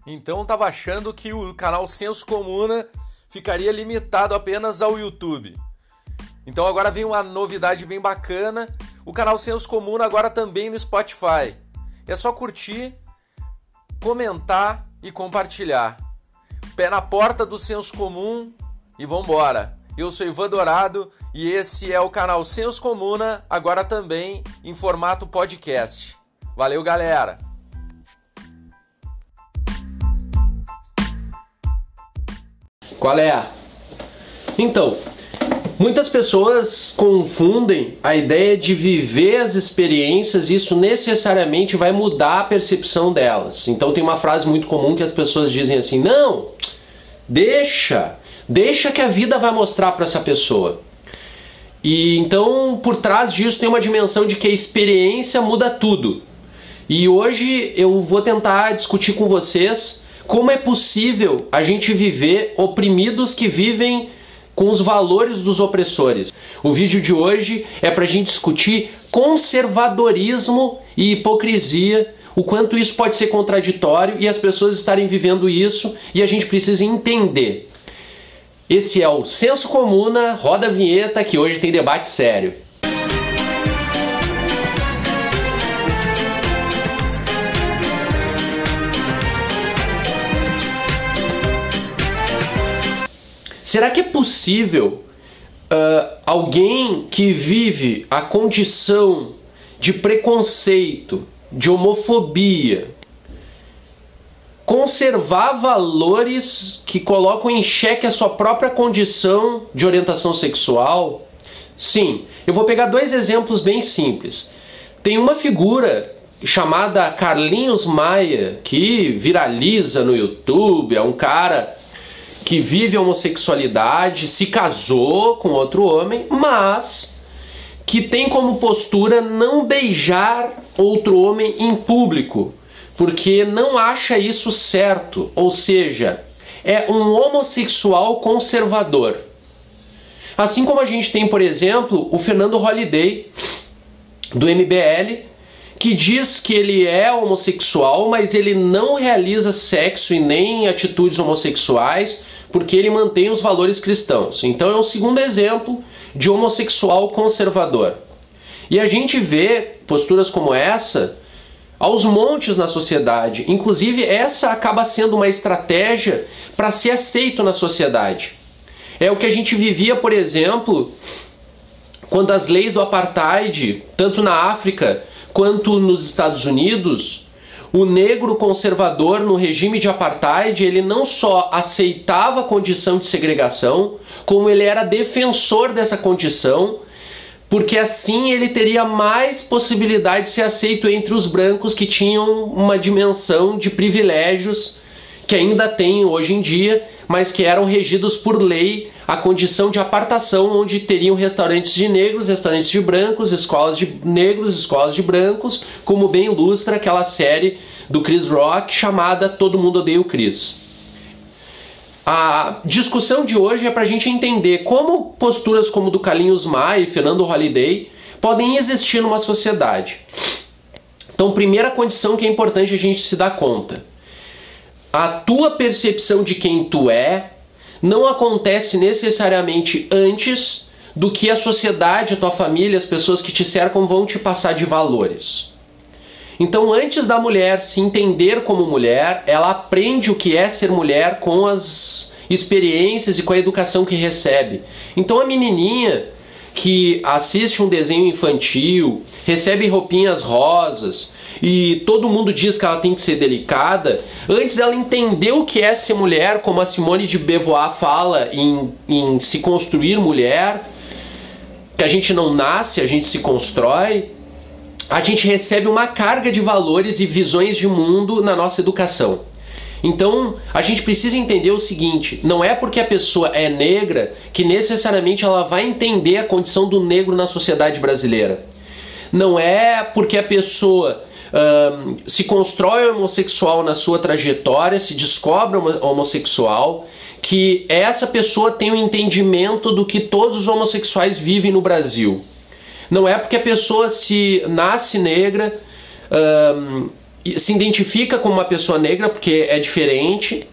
Então estava achando que o canal Senso Comuna ficaria limitado apenas ao YouTube. Então agora vem uma novidade bem bacana, o canal Senso Comuna agora também no Spotify. É só curtir, comentar e compartilhar. Pé na porta do Senso Comum e vambora. Eu sou Ivan Dourado e esse é o canal Senso Comuna, agora também em formato podcast. Valeu, galera! Qual é? Então, muitas pessoas confundem a ideia de viver as experiências e isso necessariamente vai mudar a percepção delas. Então tem uma frase muito comum que as pessoas dizem assim: não, deixa que a vida vai mostrar para essa pessoa. E então por trás disso tem uma dimensão de que a experiência muda tudo. E hoje eu vou tentar discutir com vocês como é possível a gente viver oprimidos que vivem com os valores dos opressores. O vídeo de hoje é para a gente discutir conservadorismo e hipocrisia, o quanto isso pode ser contraditório e as pessoas estarem vivendo isso e a gente precisa entender. Esse é o Senso Comuna, roda a vinheta que hoje tem debate sério. Será que é possível alguém que vive a condição de preconceito, de homofobia, conservar valores que colocam em xeque a sua própria condição de orientação sexual? Sim, eu vou pegar dois exemplos bem simples. Tem uma figura chamada Carlinhos Maia, que viraliza no YouTube, é um cara que vive a homossexualidade, se casou com outro homem, mas que tem como postura não beijar outro homem em público, porque não acha isso certo, ou seja, é um homossexual conservador. Assim como a gente tem, por exemplo, o Fernando Holliday, do MBL, que diz que ele é homossexual, mas ele não realiza sexo e nem atitudes homossexuais, porque ele mantém os valores cristãos. Então é um segundo exemplo de homossexual conservador. E a gente vê posturas como essa aos montes na sociedade. Inclusive essa acaba sendo uma estratégia para ser aceito na sociedade. É o que a gente vivia, por exemplo, quando as leis do apartheid, tanto na África quanto nos Estados Unidos, o negro conservador no regime de apartheid, ele não só aceitava a condição de segregação, como ele era defensor dessa condição, porque assim ele teria mais possibilidade de ser aceito entre os brancos que tinham uma dimensão de privilégios que ainda tem hoje em dia, mas que eram regidos por lei, a condição de apartação, onde teriam restaurantes de negros, restaurantes de brancos, escolas de negros, escolas de brancos, como bem ilustra aquela série do Chris Rock chamada Todo Mundo Odeia o Chris. A discussão de hoje é para a gente entender como posturas como do Carlinhos Maia e Fernando Holliday podem existir numa sociedade. Então, primeira condição que é importante a gente se dar conta: a tua percepção de quem tu é não acontece necessariamente antes do que a sociedade, a tua família, as pessoas que te cercam vão te passar de valores. Então, antes da mulher se entender como mulher, ela aprende o que é ser mulher com as experiências e com a educação que recebe. Então, a menininha que assiste um desenho infantil, recebe roupinhas rosas e todo mundo diz que ela tem que ser delicada, antes ela entendeu o que é ser mulher, como a Simone de Beauvoir fala em se construir mulher, que a gente não nasce, a gente se constrói. A gente recebe uma carga de valores e visões de mundo na nossa educação. Então, a gente precisa entender o seguinte: não é porque a pessoa é negra que necessariamente ela vai entender a condição do negro na sociedade brasileira. Não é porque a pessoa se constrói homossexual na sua trajetória, se descobre homossexual, que essa pessoa tem um entendimento do que todos os homossexuais vivem no Brasil. Não é porque a pessoa se nasce negra se identifica como uma pessoa negra porque é diferente,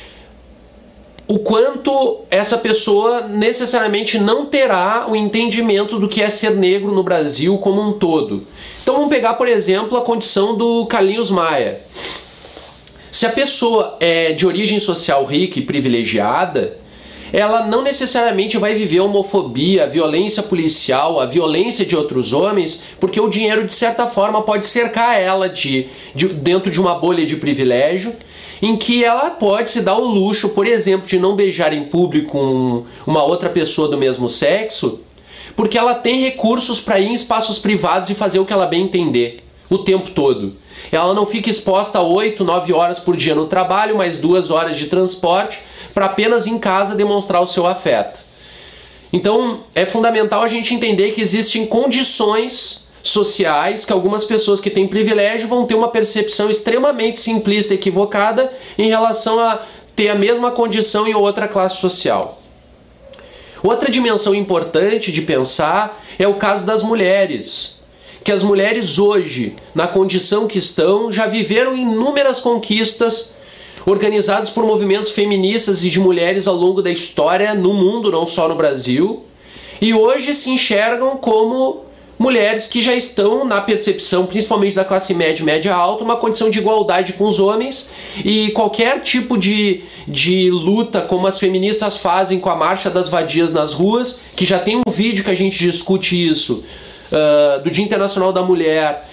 o quanto essa pessoa necessariamente não terá o entendimento do que é ser negro no Brasil como um todo. Então vamos pegar, por exemplo, a condição do Carlinhos Maia. Se a pessoa é de origem social rica e privilegiada, ela não necessariamente vai viver a homofobia, a violência policial, a violência de outros homens, porque o dinheiro, de certa forma, pode cercar ela dentro de uma bolha de privilégio, em que ela pode se dar o luxo, por exemplo, de não beijar em público uma outra pessoa do mesmo sexo, porque ela tem recursos para ir em espaços privados e fazer o que ela bem entender, o tempo todo. Ela não fica exposta a 8, 9 horas por dia no trabalho, mais 2 horas de transporte, para apenas em casa demonstrar o seu afeto. Então é fundamental a gente entender que existem condições sociais que algumas pessoas que têm privilégio vão ter uma percepção extremamente simplista e equivocada em relação a ter a mesma condição em outra classe social. Outra dimensão importante de pensar é o caso das mulheres, que as mulheres hoje, na condição que estão, já viveram inúmeras conquistas organizados por movimentos feministas e de mulheres ao longo da história no mundo, não só no Brasil, e hoje se enxergam como mulheres que já estão na percepção, principalmente da classe média e média alta, uma condição de igualdade com os homens, e qualquer tipo de luta como as feministas fazem com a Marcha das Vadias nas ruas, que já tem um vídeo que a gente discute isso, do Dia Internacional da Mulher,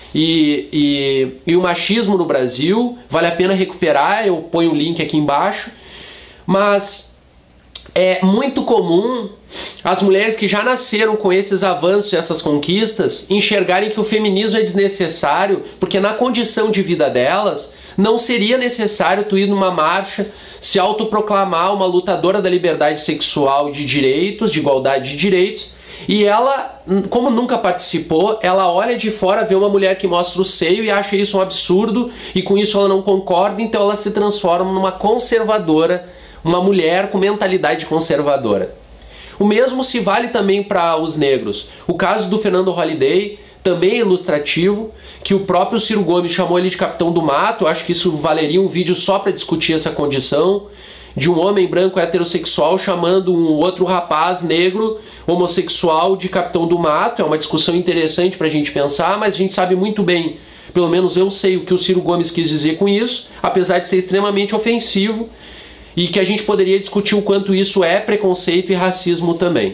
e o machismo no Brasil, vale a pena recuperar, eu ponho o link aqui embaixo. Mas é muito comum as mulheres que já nasceram com esses avanços e essas conquistas enxergarem que o feminismo é desnecessário, porque na condição de vida delas não seria necessário tu ir numa marcha, se autoproclamar uma lutadora da liberdade sexual e de direitos, de igualdade de direitos. E ela, como nunca participou, ela olha de fora, vê uma mulher que mostra o seio e acha isso um absurdo, e com isso ela não concorda, então ela se transforma numa conservadora, uma mulher com mentalidade conservadora. O mesmo se vale também para os negros. O caso do Fernando Holliday também é ilustrativo, que o próprio Ciro Gomes chamou ele de capitão do mato. Eu acho que isso valeria um vídeo só para discutir essa condição de um homem branco heterossexual chamando um outro rapaz negro homossexual de capitão do mato. É uma discussão interessante para a gente pensar, mas a gente sabe muito bem, pelo menos eu sei o que o Ciro Gomes quis dizer com isso, apesar de ser extremamente ofensivo, e que a gente poderia discutir o quanto isso é preconceito e racismo também.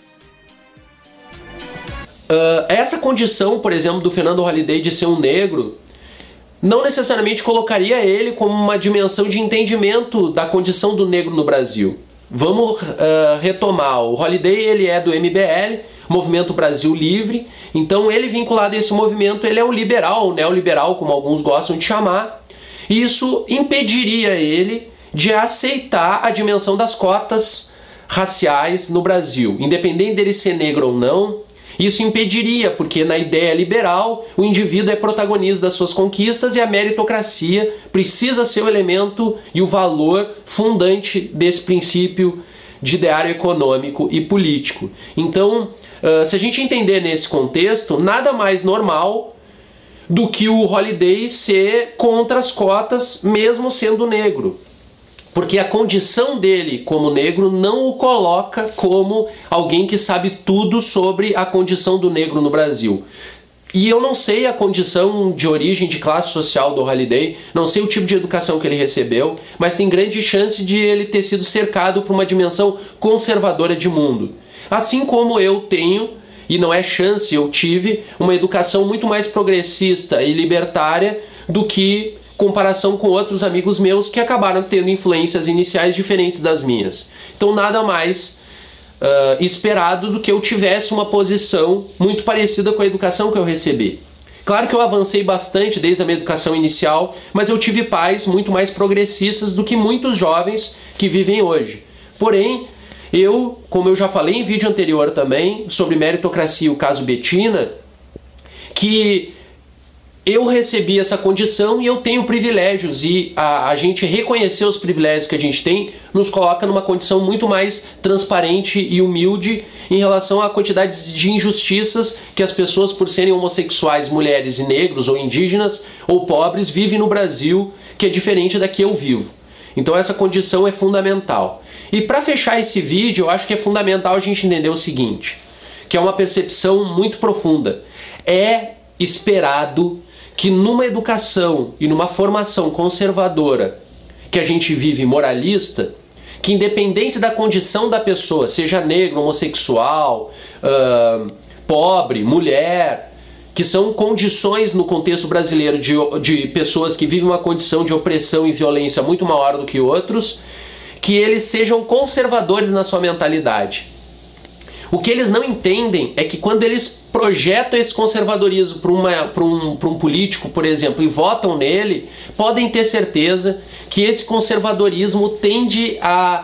Essa condição, por exemplo, do Fernando Holliday de ser um negro, não necessariamente colocaria ele como uma dimensão de entendimento da condição do negro no Brasil. Vamos retomar. O Holliday, ele é do MBL, Movimento Brasil Livre, então ele, vinculado a esse movimento, ele é um liberal, um neoliberal, como alguns gostam de chamar, e isso impediria ele de aceitar a dimensão das cotas raciais no Brasil. Independente dele ser negro ou não, isso impediria, porque na ideia liberal o indivíduo é protagonista das suas conquistas e a meritocracia precisa ser o elemento e o valor fundante desse princípio de ideário econômico e político. Então, se a gente entender nesse contexto, nada mais normal do que o Holliday ser contra as cotas, mesmo sendo negro. Porque a condição dele como negro não o coloca como alguém que sabe tudo sobre a condição do negro no Brasil. E eu não sei a condição de origem, de classe social do Holliday, não sei o tipo de educação que ele recebeu, mas tem grande chance de ele ter sido cercado por uma dimensão conservadora de mundo. Assim como eu tenho, e não é chance, eu tive, uma educação muito mais progressista e libertária do que comparação com outros amigos meus que acabaram tendo influências iniciais diferentes das minhas. Então nada mais esperado do que eu tivesse uma posição muito parecida com a educação que eu recebi. Claro que eu avancei bastante desde a minha educação inicial, mas eu tive pais muito mais progressistas do que muitos jovens que vivem hoje. Porém, eu, como eu já falei em vídeo anterior também, sobre meritocracia e o caso Betina, que eu recebi essa condição e eu tenho privilégios, e a gente reconhecer os privilégios que a gente tem nos coloca numa condição muito mais transparente e humilde em relação à quantidade de injustiças que as pessoas, por serem homossexuais, mulheres e negros ou indígenas ou pobres, vivem no Brasil, que é diferente da que eu vivo. Então essa condição é fundamental. E para fechar esse vídeo, eu acho que é fundamental a gente entender o seguinte, que é uma percepção muito profunda. É esperado que numa educação e numa formação conservadora que a gente vive moralista, que independente da condição da pessoa, seja negro, homossexual, pobre, mulher, que são condições no contexto brasileiro de pessoas que vivem uma condição de opressão e violência muito maior do que outros, que eles sejam conservadores na sua mentalidade. O que eles não entendem é que quando eles projetam esse conservadorismo para um político, por exemplo, e votam nele, podem ter certeza que esse conservadorismo tende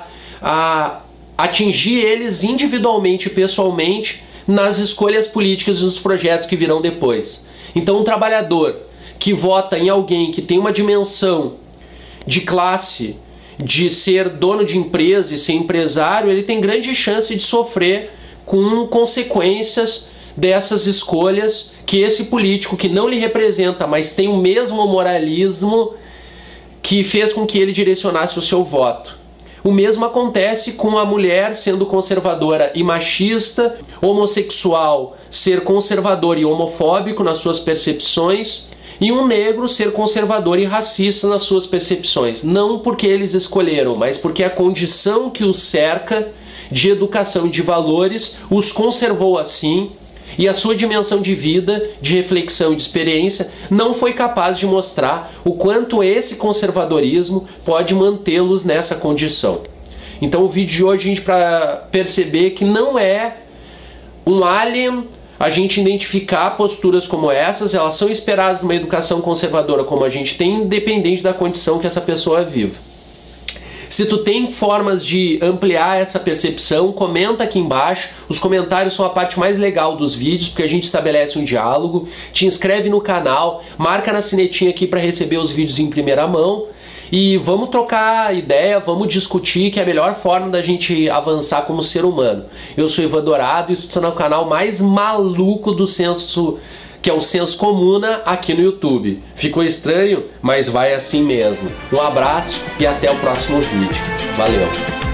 a atingir eles individualmente e pessoalmente nas escolhas políticas e nos projetos que virão depois. Então um trabalhador que vota em alguém que tem uma dimensão de classe, de ser dono de empresa e ser empresário, ele tem grande chance de sofrer com consequências dessas escolhas que esse político que não lhe representa, mas tem o mesmo moralismo que fez com que ele direcionasse o seu voto. O mesmo acontece com a mulher sendo conservadora e machista, homossexual ser conservador e homofóbico nas suas percepções, e um negro ser conservador e racista nas suas percepções. Não porque eles escolheram, mas porque a condição que os cerca de educação e de valores os conservou assim, e a sua dimensão de vida, de reflexão e de experiência não foi capaz de mostrar o quanto esse conservadorismo pode mantê-los nessa condição. Então o vídeo de hoje a gente para perceber que não é um alien a gente identificar posturas como essas, elas são esperadas numa educação conservadora como a gente tem, independente da condição que essa pessoa vive. Se tu tem formas de ampliar essa percepção, comenta aqui embaixo. Os comentários são a parte mais legal dos vídeos, porque a gente estabelece um diálogo. Te inscreve no canal, marca na sinetinha aqui para receber os vídeos em primeira mão. E vamos trocar ideia, vamos discutir, que é a melhor forma da gente avançar como ser humano. Eu sou Ivan Dourado e estou no canal mais maluco do senso, que é o Senso Comuna, aqui no YouTube. Ficou estranho? Mas vai assim mesmo. Um abraço e até o próximo vídeo. Valeu!